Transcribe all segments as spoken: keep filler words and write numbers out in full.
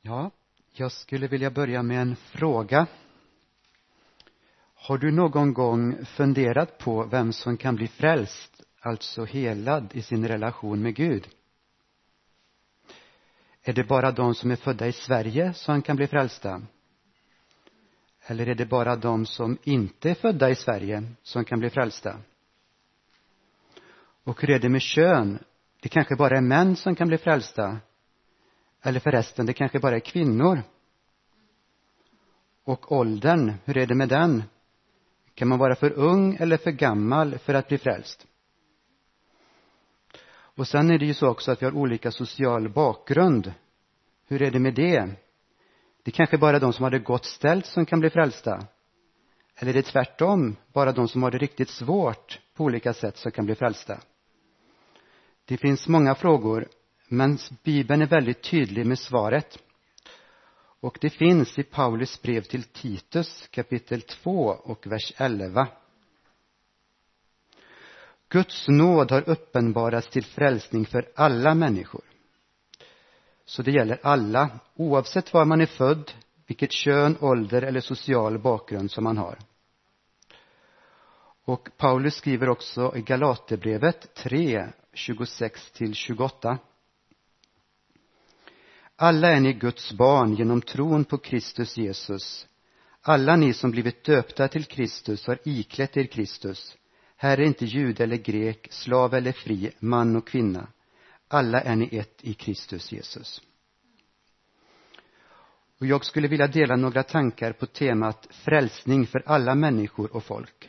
Ja, jag skulle vilja börja med en fråga. Har du någon gång funderat på vem som kan bli frälst, alltså helad i sin relation med Gud? Är det bara de som är födda i Sverige som kan bli frälsta? Eller är det bara de som inte är födda i Sverige som kan bli frälsta? Och hur är det med kön? Det kanske bara är män som kan bli frälsta. Eller förresten, det kanske bara är kvinnor. Och åldern, hur är det med den? Kan man vara för ung eller för gammal för att bli frälst? Och sen är det ju så också att vi har olika social bakgrund. Hur är det med det? Det kanske bara är de som har det gott ställt som kan bli frälsta. Eller är det tvärtom, bara de som har det riktigt svårt på olika sätt som kan bli frälsta? Det finns många frågor, men Bibeln är väldigt tydlig med svaret. Och det finns i Paulus brev till Titus kapitel två och vers elva. Guds nåd har uppenbarats till frälsning för alla människor. Så det gäller alla, oavsett var man är född, vilket kön, ålder eller social bakgrund som man har. Och Paulus skriver också i Galaterbrevet tre, tjugosex till tjugoåtta. Alla är ni Guds barn genom tron på Kristus Jesus. Alla ni som blivit döpta till Kristus har iklätt er Kristus. Här är inte jude eller grek, slav eller fri, man och kvinna. Alla är ni ett i Kristus Jesus. Och jag skulle vilja dela några tankar på temat frälsning för alla människor och folk.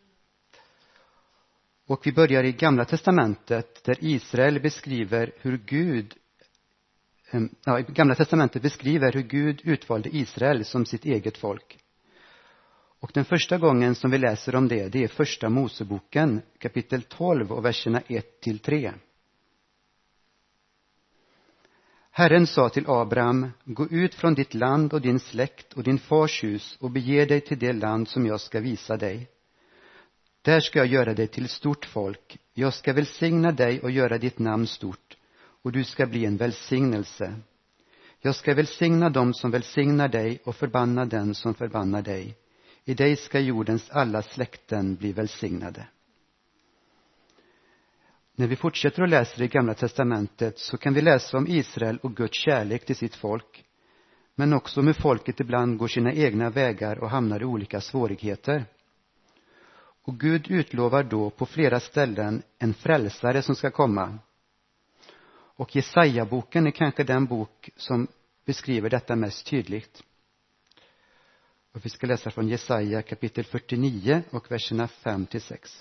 Och vi börjar i Gamla testamentet där Israel beskriver hur Gud ja, Gamla testamentet beskriver hur Gud utvalde Israel som sitt eget folk. Och den första gången som vi läser om det, det är första Moseboken, kapitel tolv och verserna ett till tre. Herren sa till Abraham, gå ut från ditt land och din släkt och din fars hus och bege dig till det land som jag ska visa dig. Där ska jag göra dig till stort folk. Jag ska välsigna dig och göra ditt namn stort, och du ska bli en välsignelse. Jag ska välsigna dem som välsignar dig och förbanna den som förbannar dig. I dig ska jordens alla släkten bli välsignade. När vi fortsätter att läsa i Gamla testamentet så kan vi läsa om Israel och Guds kärlek till sitt folk. Men också om hur folket ibland går sina egna vägar och hamnar i olika svårigheter. Och Gud utlovar då på flera ställen en frälsare som ska komma. Och Jesaja-boken är kanske den bok som beskriver detta mest tydligt. Och vi ska läsa från Jesaja kapitel fyrtionio och verserna fem till sex.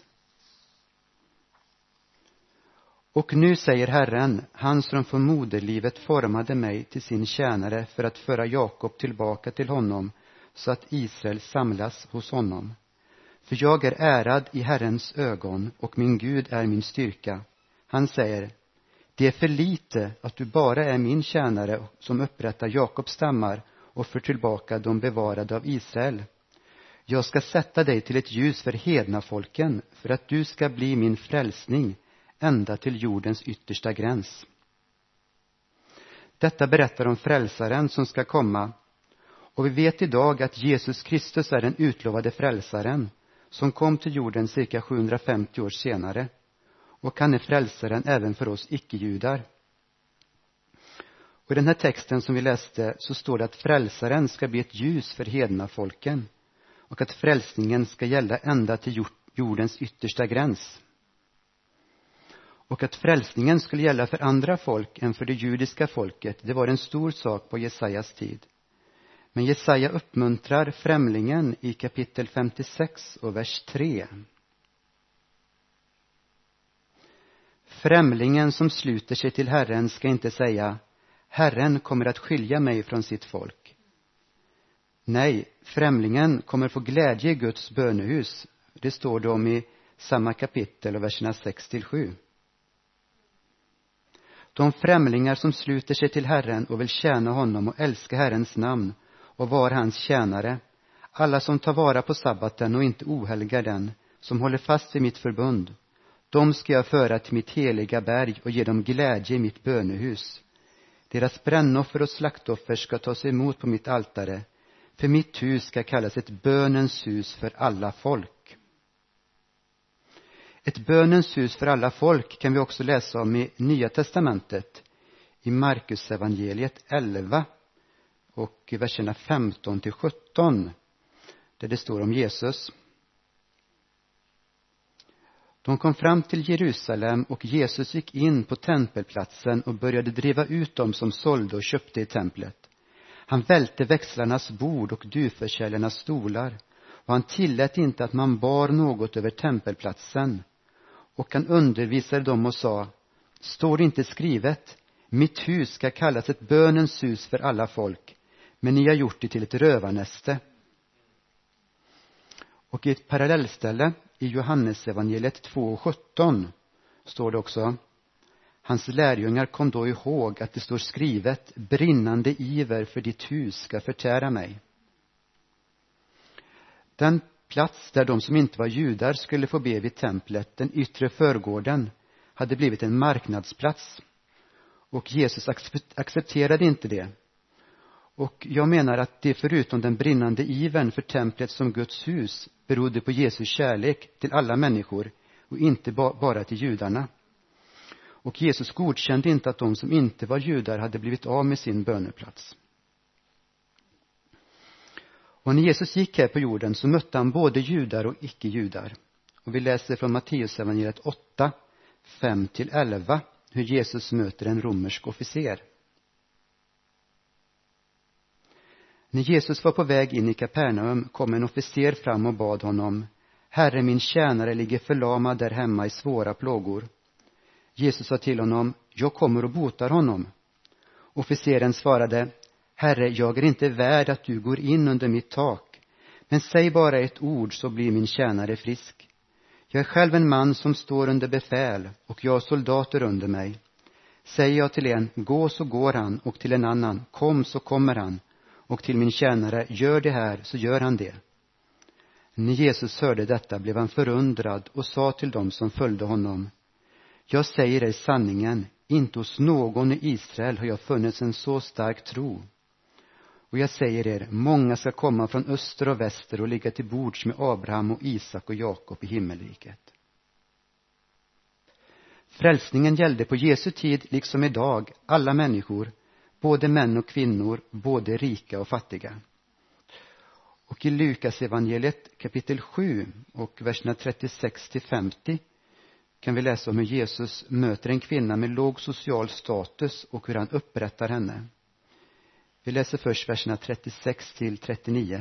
Och nu säger Herren, han som från moderlivet formade mig till sin tjänare för att föra Jakob tillbaka till honom, så att Israel samlas hos honom. För jag är ärad i Herrens ögon och min Gud är min styrka. Han säger, det är för lite att du bara är min tjänare som upprättar Jakobs stammar och för tillbaka de bevarade av Israel. Jag ska sätta dig till ett ljus för hedna folken, för att du ska bli min frälsning ända till jordens yttersta gräns. Detta berättar om frälsaren som ska komma. Och vi vet idag att Jesus Kristus är den utlovade frälsaren som kom till jorden cirka sjuhundrafemtio år senare. Och han är frälsaren även för oss icke-judar. Och i den här texten som vi läste så står det att frälsaren ska bli ett ljus för hedna folken. Och att frälsningen ska gälla ända till jordens yttersta gräns. Och att frälsningen skulle gälla för andra folk än för det judiska folket, det var en stor sak på Jesajas tid. Men Jesaja uppmuntrar främlingen i kapitel femtiosex och vers tre. Främlingen som sluter sig till Herren ska inte säga, Herren kommer att skilja mig från sitt folk. Nej, främlingen kommer få glädje i Guds bönehus. Det står det om i samma kapitel och verserna sex till sju. De främlingar som sluter sig till Herren och vill tjäna honom och älska Herrens namn och vara hans tjänare, alla som tar vara på sabbaten och inte ohelgar den, som håller fast vid mitt förbund, de ska jag föra till mitt heliga berg och ge dem glädje i mitt bönehus. Deras brännoffer och slaktoffer ska tas emot på mitt altare. För mitt hus ska kallas ett bönens hus för alla folk. Ett bönens hus för alla folk kan vi också läsa om i Nya testamentet. I Markus evangeliet elva och verserna femton till sjutton. Där det står om Jesus. De kom fram till Jerusalem och Jesus gick in på tempelplatsen och började driva ut dem som sålde och köpte i templet. Han välte växlarnas bord och duvförsäljarnas stolar, och han tillät inte att man bar något över tempelplatsen. Och han undervisade dem och sa: står det inte skrivet, mitt hus ska kallas ett bönens hus för alla folk, men ni har gjort det till ett rövarnäste. Och i ett parallellställe i Johannes evangeliet två och sjutton står det också: hans lärjungar kom då ihåg att det står skrivet, brinnande iver för ditt hus ska förtära mig. Den plats där de som inte var judar skulle få be vid templet, den yttre förgården, hade blivit en marknadsplats. Och Jesus accepterade inte det. Och jag menar att det förutom den brinnande ivern för templet som Guds hus berodde på Jesu kärlek till alla människor och inte ba- bara till judarna. Och Jesus godkände inte att de som inte var judar hade blivit av med sin böneplats. Och när Jesus gick här på jorden så mötte han både judar och icke-judar. Och vi läser från Matteus evangeliet åtta, fem till elva hur Jesus möter en romersk officer. När Jesus var på väg in i Kapernaum kom en officer fram och bad honom: Herre, min tjänare ligger förlamad där hemma i svåra plågor. Jesus sa till honom: jag kommer och botar honom. Officeren svarade: Herre, jag är inte värd att du går in under mitt tak, men säg bara ett ord så blir min tjänare frisk. Jag är själv en man som står under befäl och jag har soldater under mig. Säger jag till en, gå, så går han, och till en annan, kom, så kommer han, och till min tjänare, gör det här, så gör han det. När Jesus hörde detta blev han förundrad och sa till dem som följde honom: jag säger er sanningen, inte hos någon i Israel har jag funnit en så stark tro. Och jag säger er, många ska komma från öster och väster och ligga till bords med Abraham och Isak och Jakob i himmelriket. Frälsningen gällde på Jesu tid liksom idag alla människor, både män och kvinnor, både rika och fattiga. Och i Lukas evangeliet kapitel sju och verserna trettiosex till femtio kan vi läsa om hur Jesus möter en kvinna med låg social status och hur han upprättar henne. Vi läser först verserna trettiosex till trettionio.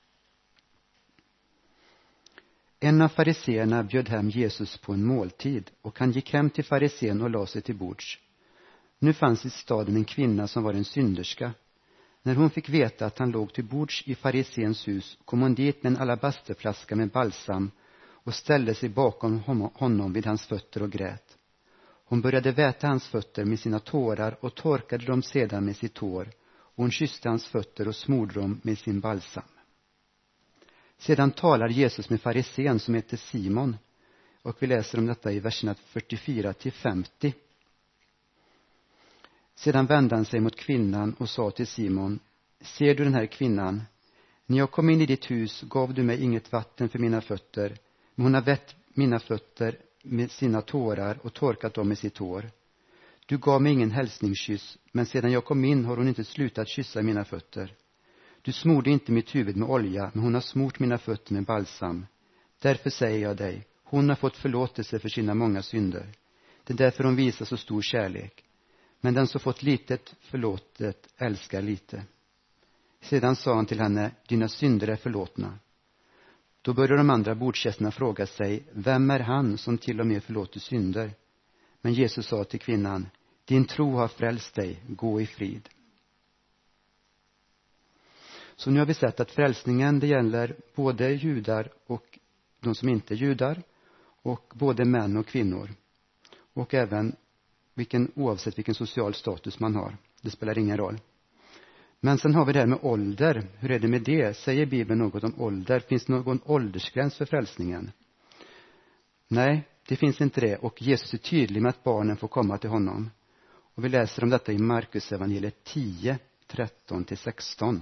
En av fariseerna bjöd hem Jesus på en måltid, och han gick hem till farisén och la sig till bords. Nu fanns i staden en kvinna som var en synderska. När hon fick veta att han låg till bords i fariséns hus kom hon dit med en alabasterflaska med balsam och ställde sig bakom honom vid hans fötter och grät. Hon började väta hans fötter med sina tårar och torkade dem sedan med sitt hår, och hon kysste hans fötter och smorde dem med sin balsam. Sedan talar Jesus med farisén som heter Simon, och vi läser om detta i verserna fyrtiofyra till femtio. Sedan vände han sig mot kvinnan och sa till Simon: ser du den här kvinnan? När jag kom in i ditt hus gav du mig inget vatten för mina fötter, men hon har vätt mina fötter med sina tårar och torkat dem med sitt hår. Du gav mig ingen hälsningskyss, men sedan jag kom in har hon inte slutat kyssa mina fötter. Du smorde inte mitt huvud med olja, men hon har smort mina fötter med balsam. Därför säger jag dig, hon har fått förlåtelse för sina många synder. Det är därför hon visar så stor kärlek. Men den som fått litet förlåtet älskar lite. Sedan sa han till henne: dina synder är förlåtna. Då började de andra bordsgästerna fråga sig: vem är han som till och med förlåter synder? Men Jesus sa till kvinnan: din tro har frälst dig, gå i frid. Så nu har vi sett att frälsningen, det gäller både judar och de som inte är judar, och både män och kvinnor, och även vilken, oavsett vilken social status man har. Det spelar ingen roll. Men sen har vi det här med ålder. Hur är det med det? Säger Bibeln något om ålder? Finns det någon åldersgräns för frälsningen? Nej, det finns inte det. Och Jesus är tydlig med att barnen får komma till honom. Och vi läser om detta i Markus evangeliet tio, tretton till sexton.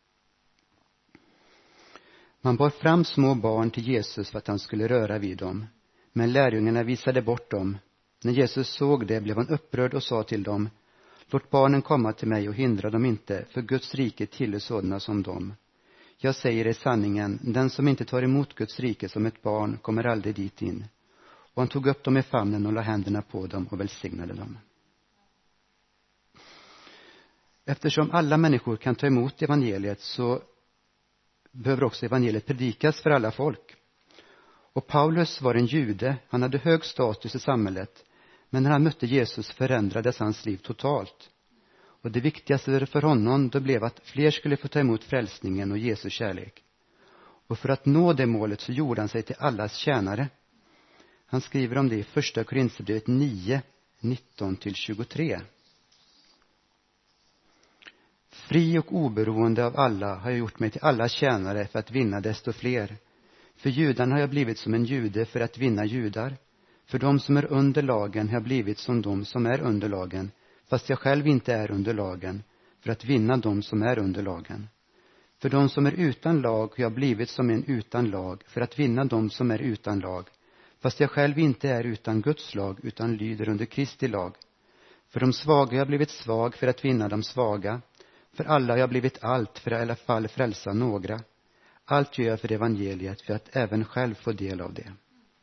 Man bar fram små barn till Jesus för att han skulle röra vid dem. Men lärjungarna visade bort dem. När Jesus såg det blev han upprörd och sa till dem: låt barnen komma till mig och hindra dem inte, för Guds rike tillhör sådana som dem. Jag säger er sanningen, den som inte tar emot Guds rike som ett barn kommer aldrig dit in. Och han tog upp dem i famnen och la händerna på dem och välsignade dem. Eftersom alla människor kan ta emot evangeliet så behöver också evangeliet predikas för alla folk. Och Paulus var en jude, han hade hög status i samhället, men när han mötte Jesus förändrades hans liv totalt. Och det viktigaste för honom då blev att fler skulle få ta emot frälsningen och Jesu kärlek. Och för att nå det målet så gjorde han sig till allas tjänare. Han skriver om det i första Korinthierbrevet nio, nitton till tjugotre. Fri och oberoende av alla har jag gjort mig till alla tjänare för att vinna desto fler. För judarna har jag blivit som en jude för att vinna judar. För de som är under lagen har jag blivit som de som är under lagen, fast jag själv inte är under lagen, för att vinna de som är under lagen. För de som är utan lag har jag blivit som en utan lag, för att vinna de som är utan lag, fast jag själv inte är utan Guds lag, utan lyder under Kristi lag. För de svaga har jag blivit svag för att vinna de svaga. För alla har jag blivit allt för att i alla fall frälsa några. Allt gör jag för evangeliet, för att även själv få del av det.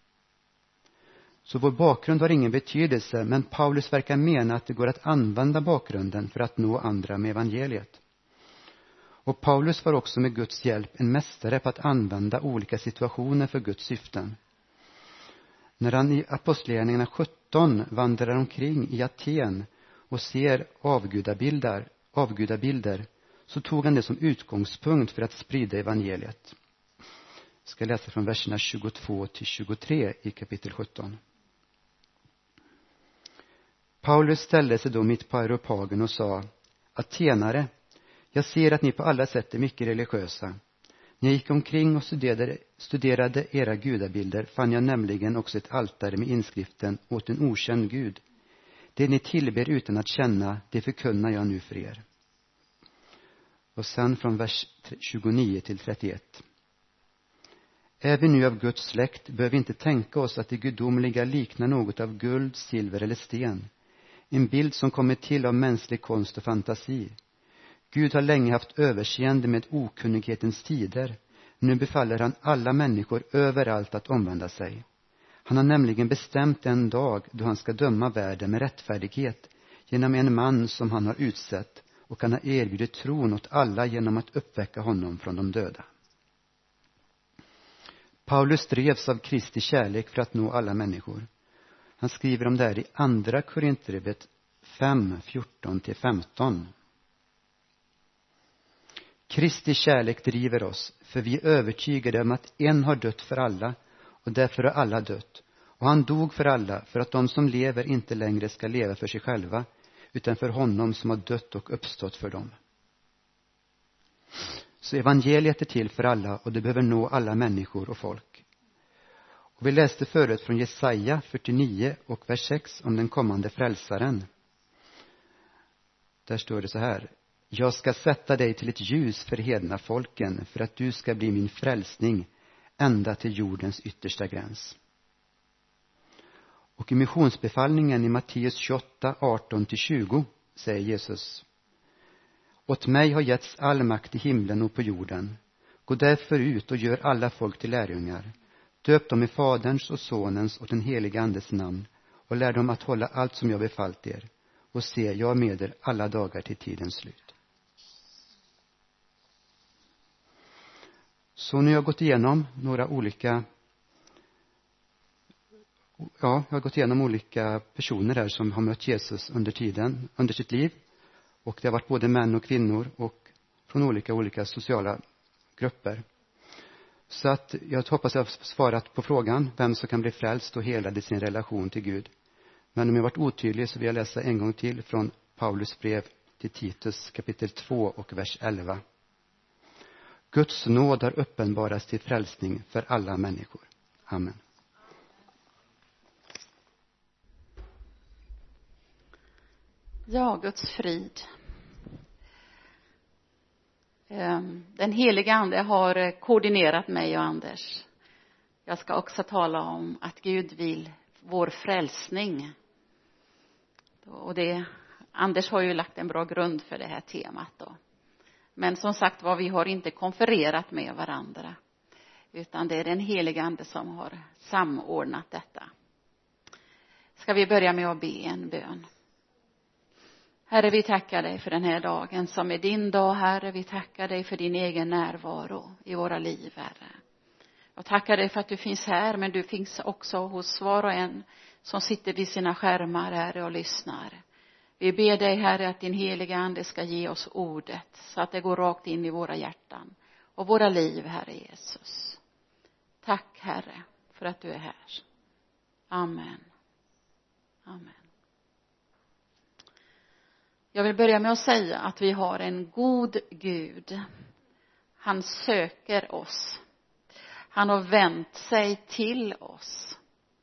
Så vår bakgrund har ingen betydelse, men Paulus verkar mena att det går att använda bakgrunden för att nå andra med evangeliet. Och Paulus var också med Guds hjälp en mästare på att använda olika situationer för Guds syften. När han i Apostlagärningarna sjutton vandrar omkring i Aten och ser avgudabilder, avgudabilder så tog han det som utgångspunkt för att sprida evangeliet. Jag ska läsa från verserna tjugotvå till tjugotre i kapitel sjutton. Paulus ställde sig då mitt på Areopagen och sa: Atenare, jag ser att ni på alla sätt är mycket religiösa. När jag gick omkring och studerade, studerade era gudabilder fann jag nämligen också ett altare med inskriften åt en okänd Gud. Det ni tillber utan att känna, det förkunnar jag nu för er. Och sen från vers tjugonio till trettioett. Är vi nu av Guds släkt bör vi inte tänka oss att det gudomliga liknar något av guld, silver eller sten. En bild som kommer till av mänsklig konst och fantasi. Gud har länge haft överseende med okunnighetens tider. Nu befaller han alla människor överallt att omvända sig. Han har nämligen bestämt en dag då han ska döma världen med rättfärdighet genom en man som han har utsett, och han har erbjudit tron åt alla genom att uppväcka honom från de döda. Paulus drevs av Kristi kärlek för att nå alla människor. Han skriver om det här i andra Korinthierbrevet fem, fjorton till femton. Kristi kärlek driver oss, för vi är övertygade om att en har dött för alla, och därför har alla dött. Och han dog för alla, för att de som lever inte längre ska leva för sig själva, utan för honom som har dött och uppstått för dem. Så evangeliet är till för alla, och det behöver nå alla människor och folk. Och vi läste förut från Jesaja fyrtionio och vers sex om den kommande frälsaren. Där står det så här: Jag ska sätta dig till ett ljus för hedna folken, för att du ska bli min frälsning ända till jordens yttersta gräns. Och i missionsbefallningen i Matteus tjugoåtta, arton till tjugo säger Jesus: Åt mig har getts all makt i himlen och på jorden. Gå därför ut och gör alla folk till lärjungar. Döp dem i Faderns och Sonens och den heliga Andes namn, och lär dem att hålla allt som jag befallt er. Och se, jag är med er alla dagar till tidens slut. Så nu har jag gått igenom några olika Ja, jag har gått igenom olika personer där som har mött Jesus under tiden, under sitt liv. Och det har varit både män och kvinnor och från olika olika sociala grupper. Så att jag hoppas jag har svarat på frågan vem som kan bli frälst och helad i sin relation till Gud. Men om jag varit otydlig så vill jag läsa en gång till från Paulus brev till Titus kapitel två och vers elva. Guds nåd har uppenbarats till frälsning för alla människor. Amen. Ja, Guds frid. Den heliga ande har koordinerat mig och Anders. Jag ska också tala om att Gud vill vår frälsning. Och det, Anders har ju lagt en bra grund för det här temat då. Men som sagt var, vi har inte konfererat med varandra. Utan det är den heliga ande som har samordnat detta. Ska vi börja med att be en bön. Herre, vi tackar dig för den här dagen som är din dag, Herre. Vi tackar dig för din egen närvaro i våra liv, Herre. Jag tackar dig för att du finns här, men du finns också hos var och en som sitter vid sina skärmar, Herre, och lyssnar. Vi ber dig, Herre, att din heliga ande ska ge oss ordet så att det går rakt in i våra hjärtan och våra liv, Herre Jesus. Tack, Herre, för att du är här. Amen. Amen. Jag vill börja med att säga att vi har en god Gud. Han söker oss. Han har vänt sig till oss.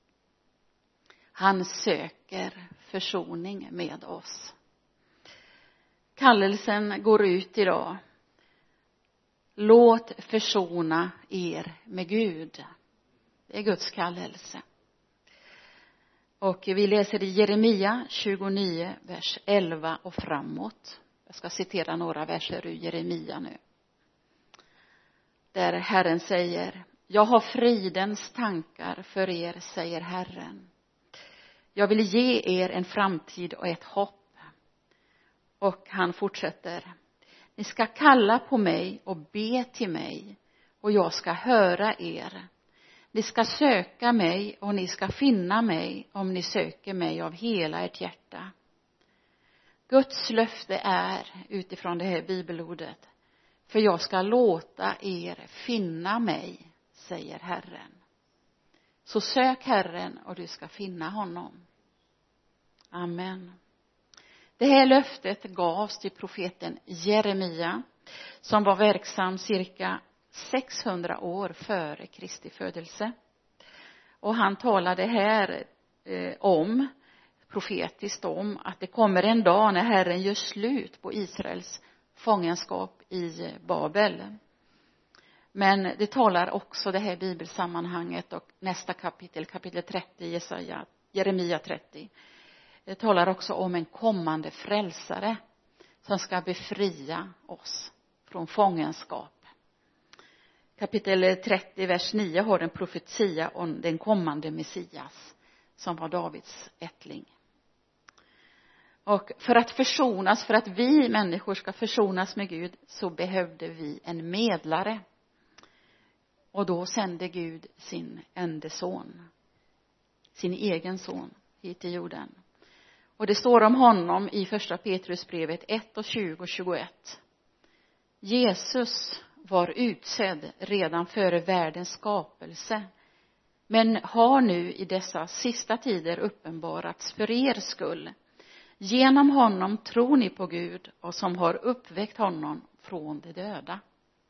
Han söker försoning med oss. Kallelsen går ut idag. Låt försona er med Gud. Det är Guds kallelse. Och vi läser i Jeremia tjugonio, vers elva och framåt. Jag ska citera några verser ur Jeremia nu. Där Herren säger: Jag har fridens tankar för er, säger Herren. Jag vill ge er en framtid och ett hopp. Och han fortsätter: Ni ska kalla på mig och be till mig, och jag ska höra er. Ni ska söka mig och ni ska finna mig om ni söker mig av hela ert hjärta. Guds löfte är utifrån det här bibelordet: för jag ska låta er finna mig, säger Herren. Så sök Herren och du ska finna honom. Amen. Det här löftet gavs till profeten Jeremia, som var verksam cirka sexhundra år före Kristi födelse. Och han talade här eh, om, profetiskt om, att det kommer en dag när Herren gör slut på Israels fångenskap i Babel. Men det talar också det här bibelsammanhanget, och nästa kapitel, kapitel trettio, Jesaja, Jeremia trettio. Det talar också om en kommande frälsare som ska befria oss från fångenskap. Kapitel trettio, vers nio har en profetia om den kommande Messias som var Davids ättling. Och för att försonas, för att vi människor ska försonas med Gud, så behövde vi en medlare. Och då sände Gud sin enda son, sin egen son, hit till jorden. Och det står om honom i första Petrusbrevet ett och tjugo och tjugoett. Jesus var utsedd redan före världens skapelse, men har nu i dessa sista tider uppenbarats för er skull. Genom honom tror ni på Gud, och som har uppväckt honom från de döda.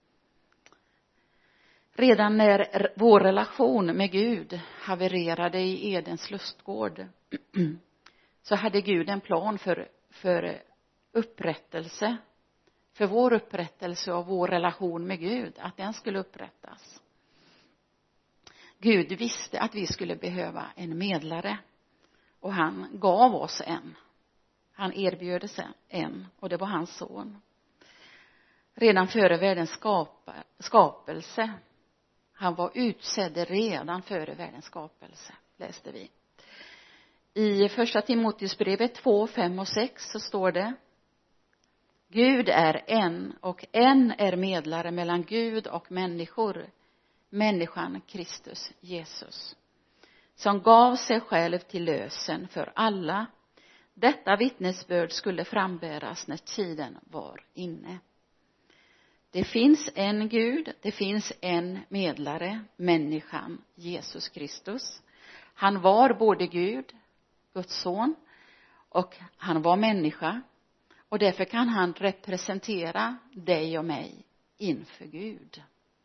Redan när vår relation med Gud havererade i Edens lustgård, så hade Gud en plan för, för upprättelse. För vår upprättelse och vår relation med Gud, att den skulle upprättas. Gud visste att vi skulle behöva en medlare. Och han gav oss en. Han erbjöd oss en, och det var hans son. Redan före världens skapa, skapelse. Han var utsedd redan före världens skapelse, läste vi. I första Timoteusbrevet två, fem och sex så står det: Gud är en, och en är medlare mellan Gud och människor, människan Kristus Jesus, som gav sig själv till lösen för alla. Detta vittnesbörd skulle frambäras när tiden var inne. Det finns en Gud, det finns en medlare, människan Jesus Kristus. Han var både Gud, Guds son, och han var människa. Och därför kan han representera dig och mig inför Gud.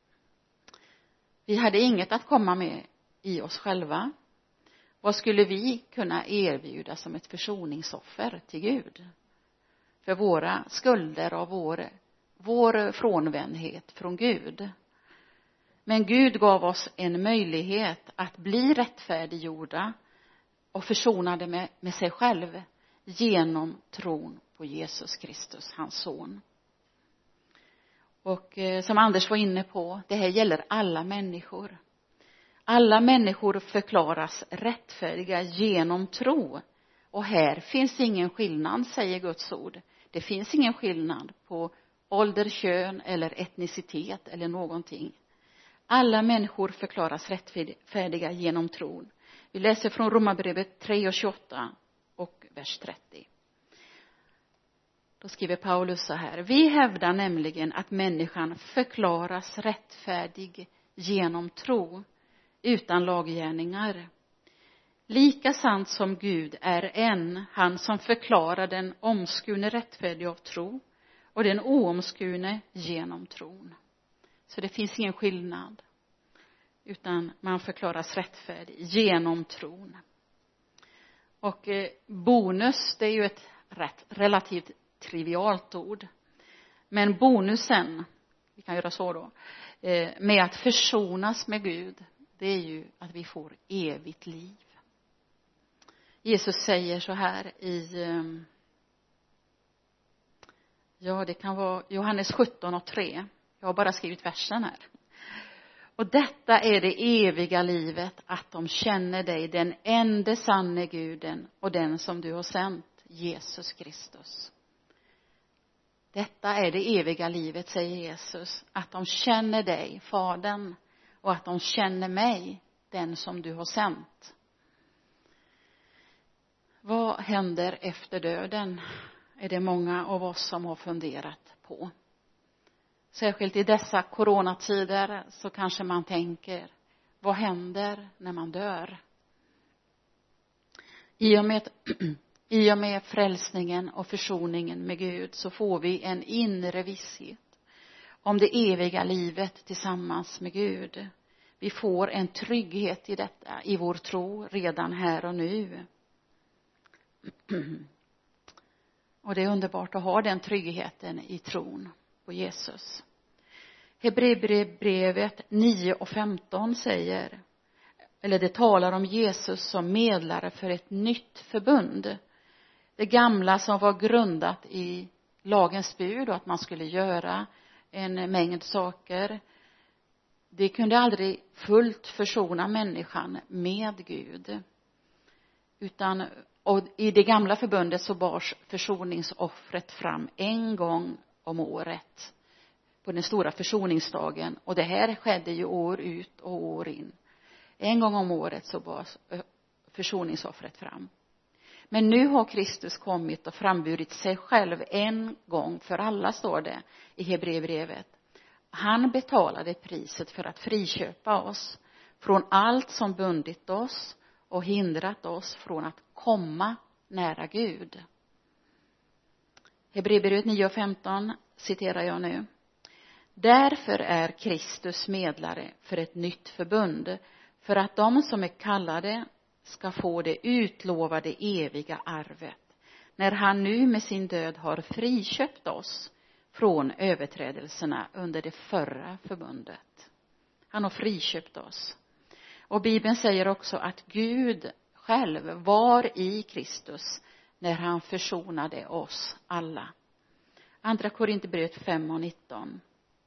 Vi hade inget att komma med i oss själva. Vad skulle vi kunna erbjuda som ett försoningsoffer till Gud? för våra skulder och vår, vår frånvändhet från Gud. Men Gud gav oss en möjlighet att bli rättfärdiggjorda och försonade med, med sig själv genom tron på Jesus Kristus, hans son. Och eh, som Anders var inne på, det här gäller alla människor. Alla människor förklaras rättfärdiga genom tro. Och här finns ingen skillnad, säger Guds ord. Det finns ingen skillnad på ålder, kön eller etnicitet eller någonting. Alla människor förklaras rättfärdiga genom tron. Vi läser från Romarbrevet tre och tjugoåtta och vers trettio. Då skriver Paulus så här: vi hävdar nämligen att människan förklaras rättfärdig genom tro utan laggärningar. Lika sant som Gud är en, han som förklarar den omskurne rättfärdig av tro och den oomskurne genom tron. Så det finns ingen skillnad, utan man förklaras rättfärdig genom tron. Och eh, bonus, det är ju ett rätt, relativt trivialt ord. Men bonusen, vi kan göra så då, eh, med att försonas med Gud, det är ju att vi får evigt liv. Jesus säger så här i, eh, ja det kan vara Johannes sjutton och tre. Jag har bara skrivit versen här. Och detta är det eviga livet, att de känner dig, den enda sanne Guden och den som du har sänt, Jesus Kristus. Detta är det eviga livet, säger Jesus, att de känner dig, Fadern, och att de känner mig, den som du har sänt. Vad händer efter döden? Är det många av oss som har funderat på. Särskilt i dessa coronatider så kanske man tänker, vad händer när man dör? I och med, i och med frälsningen och försoningen med Gud så får vi en inre visshet om det eviga livet tillsammans med Gud. Vi får en trygghet i detta, i vår tro redan här och nu. Och det är underbart att ha den tryggheten i tron på Jesus. Hebreerbrevet nio och femton säger, eller det talar om Jesus som medlare för ett nytt förbund. Det gamla som var grundat i lagens bud och att man skulle göra en mängd saker. Det kunde aldrig fullt försona människan med Gud. Utan och i det gamla förbundet så bars försoningsoffret fram en gång om året. På den stora försoningsdagen. Och det här skedde ju år ut och år in. En gång om året så bars försoningsoffret fram. Men nu har Kristus kommit och framburit sig själv en gång för alla, står det i Hebreerbrevet. Han betalade priset för att friköpa oss från allt som bundit oss och hindrat oss från att komma nära Gud. Hebreerbrevet nio och femton citerar jag nu. Därför är Kristus medlare för ett nytt förbund, för att de som är kallade ska få det utlovade eviga arvet, när han nu med sin död har friköpt oss från överträdelserna under det förra förbundet. Han har friköpt oss. Och Bibeln säger också att Gud själv var i Kristus när han försonade oss alla. Andra Korinthierbrevet fem och nitton.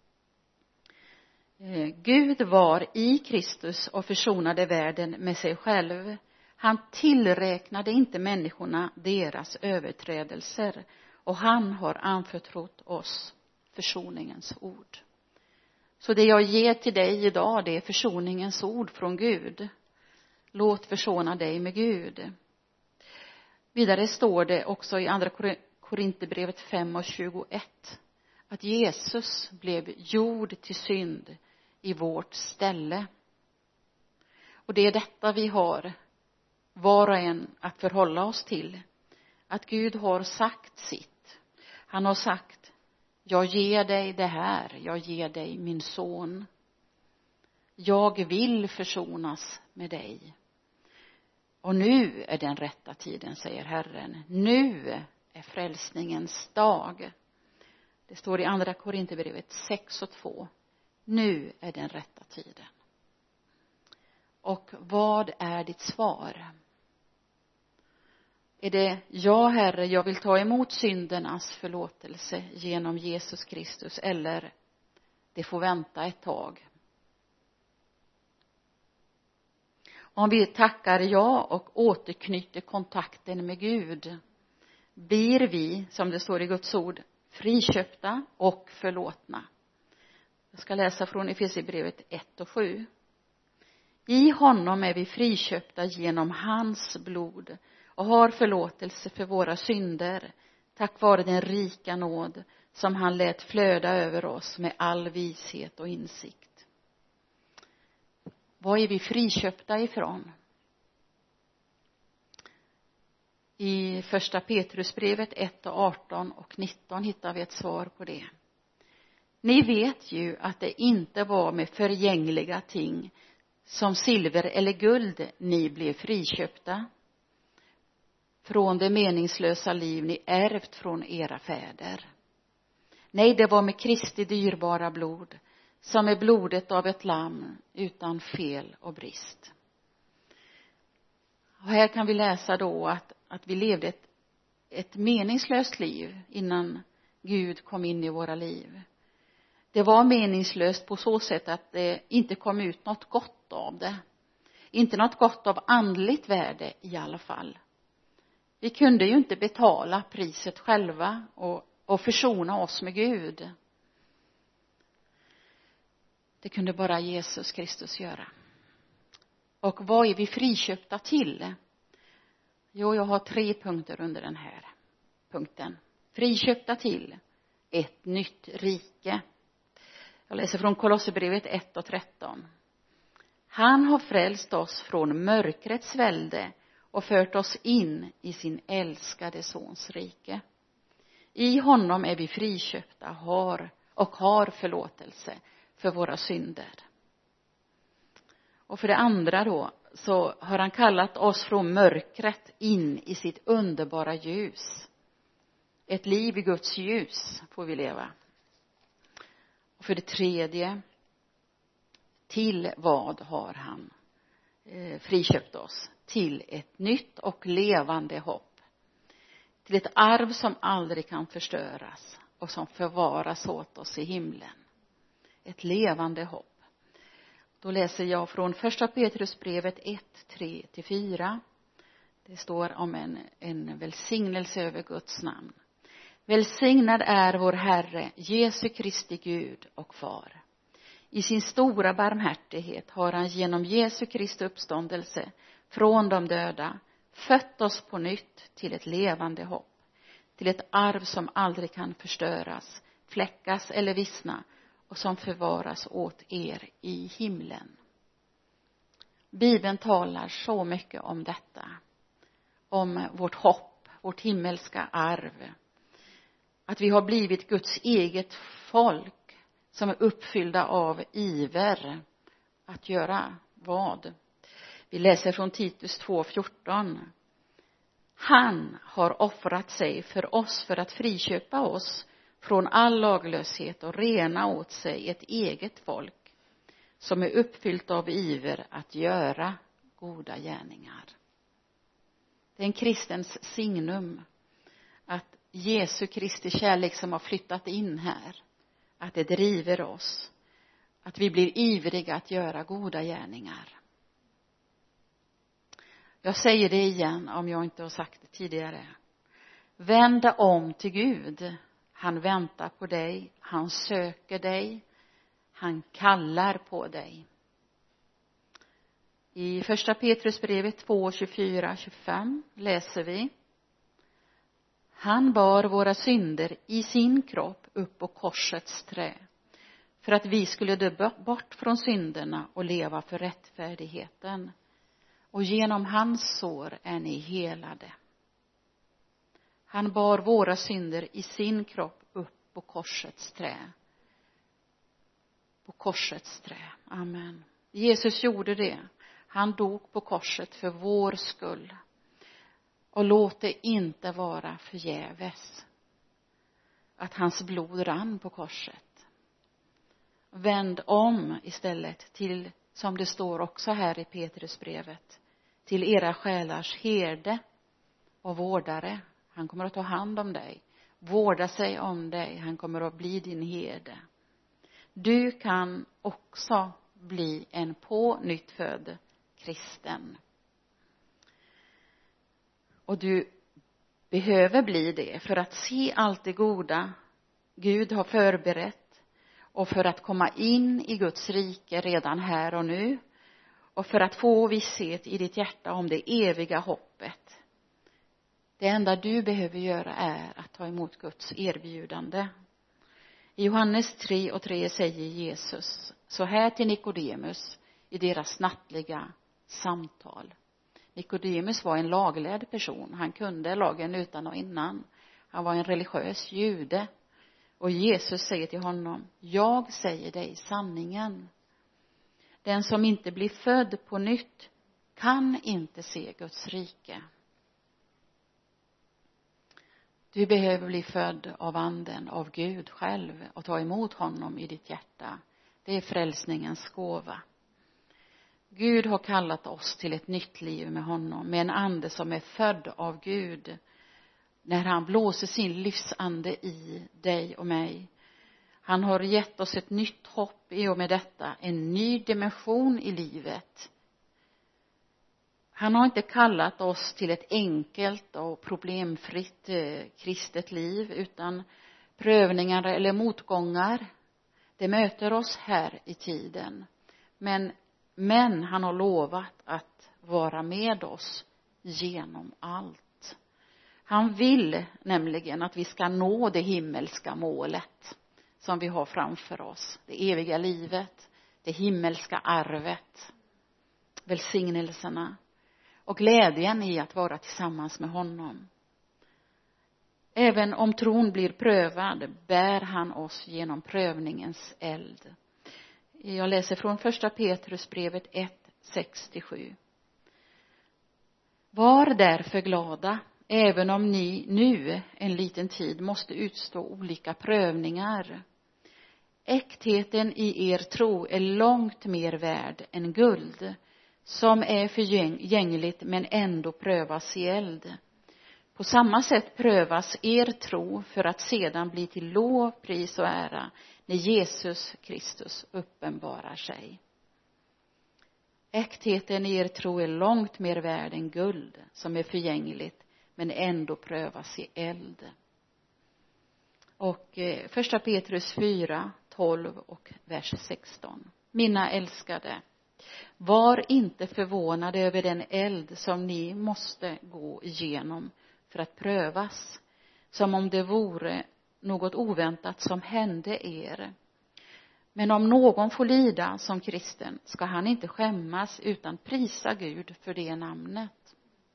Gud var i Kristus och försonade världen med sig själv. Han tillräknade inte människorna deras överträdelser, och han har anförtrott oss försoningens ord. Så det jag ger till dig idag, det är försoningens ord från Gud. Låt försona dig med Gud. Vidare står det också i andra Korinthierbrevet fem och tjugoett att Jesus blev gjord till synd i vårt ställe. Och det är detta vi har var och en att förhålla oss till. Att Gud har sagt sitt. Han har sagt, jag ger dig det här, jag ger dig min son. Jag vill försonas med dig. Och nu är den rätta tiden, säger Herren. Nu är frälsningens dag. Det står i andra Korinthierbrevet sex och två. Nu är den rätta tiden. Och vad är ditt svar? Är det: ja, Herre, jag vill ta emot syndernas förlåtelse genom Jesus Kristus, eller det får vänta ett tag? Om vi tackar ja och återknyter kontakten med Gud, blir vi, som det står i Guds ord, friköpta och förlåtna. Jag ska läsa från Efesierbrevet ett och sju. I honom är vi friköpta genom hans blod och har förlåtelse för våra synder, tack vare den rika nåd som han lät flöda över oss med all vishet och insikt. Vad är vi friköpta ifrån? I första Petrusbrevet ett och arton och nitton hittar vi ett svar på det. Ni vet ju att det inte var med förgängliga ting som silver eller guld ni blev friköpta från det meningslösa liv ni ärvt från era fäder. Nej, det var med Kristi dyrbara blod, som är blodet av ett lamm utan fel och brist. Och här kan vi läsa då att, att vi levde ett, ett meningslöst liv innan Gud kom in i våra liv. Det var meningslöst på så sätt att det inte kom ut något gott av det. Inte något gott av andligt värde i alla fall. Vi kunde ju inte betala priset själva och, och försona oss med Gud. Det kunde bara Jesus Kristus göra. Och vad är vi friköpta till? Jo, jag har tre punkter under den här punkten. Friköpta till ett nytt rike. Jag läser från Kolosserbrevet ett och tretton. Han har frälst oss från mörkrets välde och fört oss in i sin älskade sons rike. I honom är vi friköpta har och har förlåtelse för våra synder. Och för det andra då, så har han kallat oss från mörkret in i sitt underbara ljus. Ett liv i Guds ljus får vi leva. Och för det tredje, till vad har han eh, friköpt oss? Till ett nytt och levande hopp. Till ett arv som aldrig kan förstöras och som förvaras åt oss i himlen. Ett levande hopp. Då läser jag från första Petrusbrevet ett, tre till fyra. Det står om en, en välsignelse över Guds namn. Välsignad är vår Herre, Jesu Kristi Gud och Far. I sin stora barmhärtighet har han genom Jesu Kristi uppståndelse från de döda fött oss på nytt till ett levande hopp. Till ett arv som aldrig kan förstöras, fläckas eller vissna och som förvaras åt er i himlen. Bibeln talar så mycket om detta. Om vårt hopp, vårt himmelska arv. Att vi har blivit Guds eget folk som är uppfyllda av iver att göra vad? Vi läser från Titus två fjorton. Han har offrat sig för oss för att friköpa oss från all laglöshet och rena åt sig ett eget folk som är uppfyllt av iver att göra goda gärningar. Det är en kristens signum att Jesu Kristi kärlek som har flyttat in här, att det driver oss, att vi blir ivriga att göra goda gärningar. Jag säger det igen om jag inte har sagt det tidigare. Vända om till Gud. Han väntar på dig, han söker dig, han kallar på dig. I första Petrusbrevet två, tjugofyra, tjugofem läser vi. Han bar våra synder i sin kropp upp på korsets trä för att vi skulle dö bort från synderna och leva för rättfärdigheten. Och genom hans sår är ni helade. Han bar våra synder i sin kropp upp på korsets trä. På korsets trä. Amen. Jesus gjorde det. Han dog på korset för vår skull. Och låt det inte vara förgäves att hans blod rann på korset. Vänd om istället till, som det står också här i Petrusbrevet, till era själars herde och vårdare. Han kommer att ta hand om dig, vårda sig om dig, han kommer att bli din herde. Du kan också bli en på nytt född kristen. Och du behöver bli det för att se allt det goda Gud har förberett, och för att komma in i Guds rike redan här och nu, och för att få visshet i ditt hjärta om det eviga hoppet. Det enda du behöver göra är att ta emot Guds erbjudande. I Johannes tre och tre säger Jesus så här till Nikodemus i deras nattliga samtal. Nikodemus var en laglärd person. Han kunde lagen utan och innan. Han var en religiös jude. Och Jesus säger till honom: jag säger dig sanningen. Den som inte blir född på nytt kan inte se Guds rike. Du behöver bli född av anden, av Gud själv, och ta emot honom i ditt hjärta. Det är frälsningens gåva. Gud har kallat oss till ett nytt liv med honom, med en ande som är född av Gud. När han blåser sin livsande i dig och mig. Han har gett oss ett nytt hopp i och med detta, en ny dimension i livet. Han har inte kallat oss till ett enkelt och problemfritt eh, kristet liv, utan prövningar eller motgångar, det möter oss här i tiden. Men, men han har lovat att vara med oss genom allt. Han vill nämligen att vi ska nå det himmelska målet som vi har framför oss. Det eviga livet, det himmelska arvet, välsignelserna och glädjen i att vara tillsammans med honom. Även om tron blir prövad bär han oss genom prövningens eld. Jag läser från första Petrusbrevet ett, sex till sju. Var därför glada, även om ni nu en liten tid måste utstå olika prövningar. Äktheten i er tro är långt mer värd än guld, som är förgängligt men ändå prövas i eld. På samma sätt prövas er tro för att sedan bli till lov, pris och ära när Jesus Kristus uppenbarar sig. Äktheten i er tro är långt mer värd än guld, som är förgängligt men ändå prövas i eld. Och eh, första Petrus fyra, tolv och vers sexton. Mina älskade, var inte förvånade över den eld som ni måste gå igenom för att prövas, som om det vore något oväntat som hände er. Men om någon får lida som kristen ska han inte skämmas utan prisa Gud för det namnet.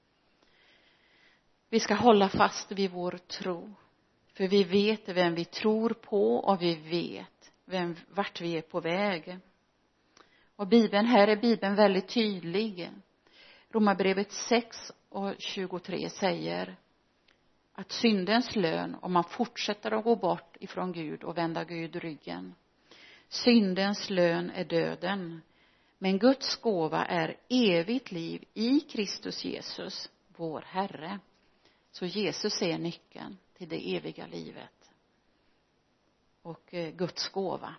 Vi ska hålla fast vid vår tro, för vi vet vem vi tror på och vi vet vem, vart vi är på väg. Och Bibeln, här är Bibeln väldigt tydlig. Romarbrevet sex och tjugotre säger att syndens lön, om man fortsätter att gå bort ifrån Gud och vända Gud ryggen. Syndens lön är döden, men Guds gåva är evigt liv i Kristus Jesus, vår Herre. Så Jesus är nyckeln till det eviga livet och Guds gåva.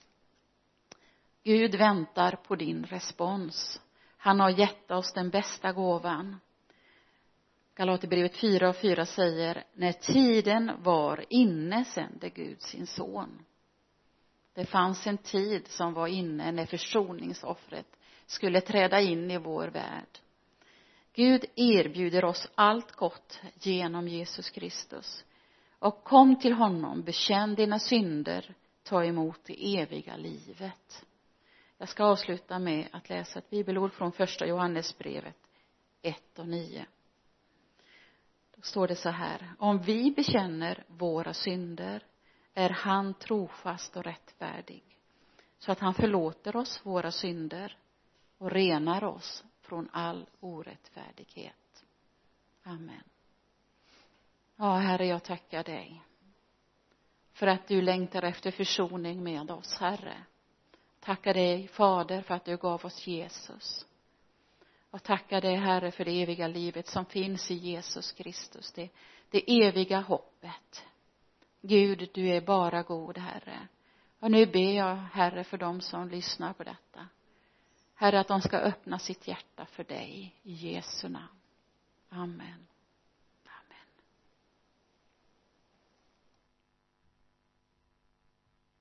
Gud väntar på din respons. Han har gett oss den bästa gåvan. Galaterbrevet fyra och fyra säger: när tiden var inne sände Gud sin son. Det fanns en tid som var inne när försoningsoffret skulle träda in i vår värld. Gud erbjuder oss allt gott genom Jesus Kristus. Och kom till honom, bekänn dina synder, ta emot det eviga livet. Jag ska avsluta med att läsa ett bibelord från första Johannesbrevet ett och nio. Då står det så här: om vi bekänner våra synder är han trofast och rättfärdig, så att han förlåter oss våra synder och renar oss från all orättfärdighet. Amen. Ja, Herre, jag tackar dig för att du längtar efter försoning med oss, Herre. Tackar dig, Fader, för att du gav oss Jesus. Och tackar dig, Herre, för det eviga livet som finns i Jesus Kristus. Det, det eviga hoppet. Gud, du är bara god, Herre. Och nu ber jag, Herre, för dem som lyssnar på detta. Herre, att de ska öppna sitt hjärta för dig i Jesu namn. Amen.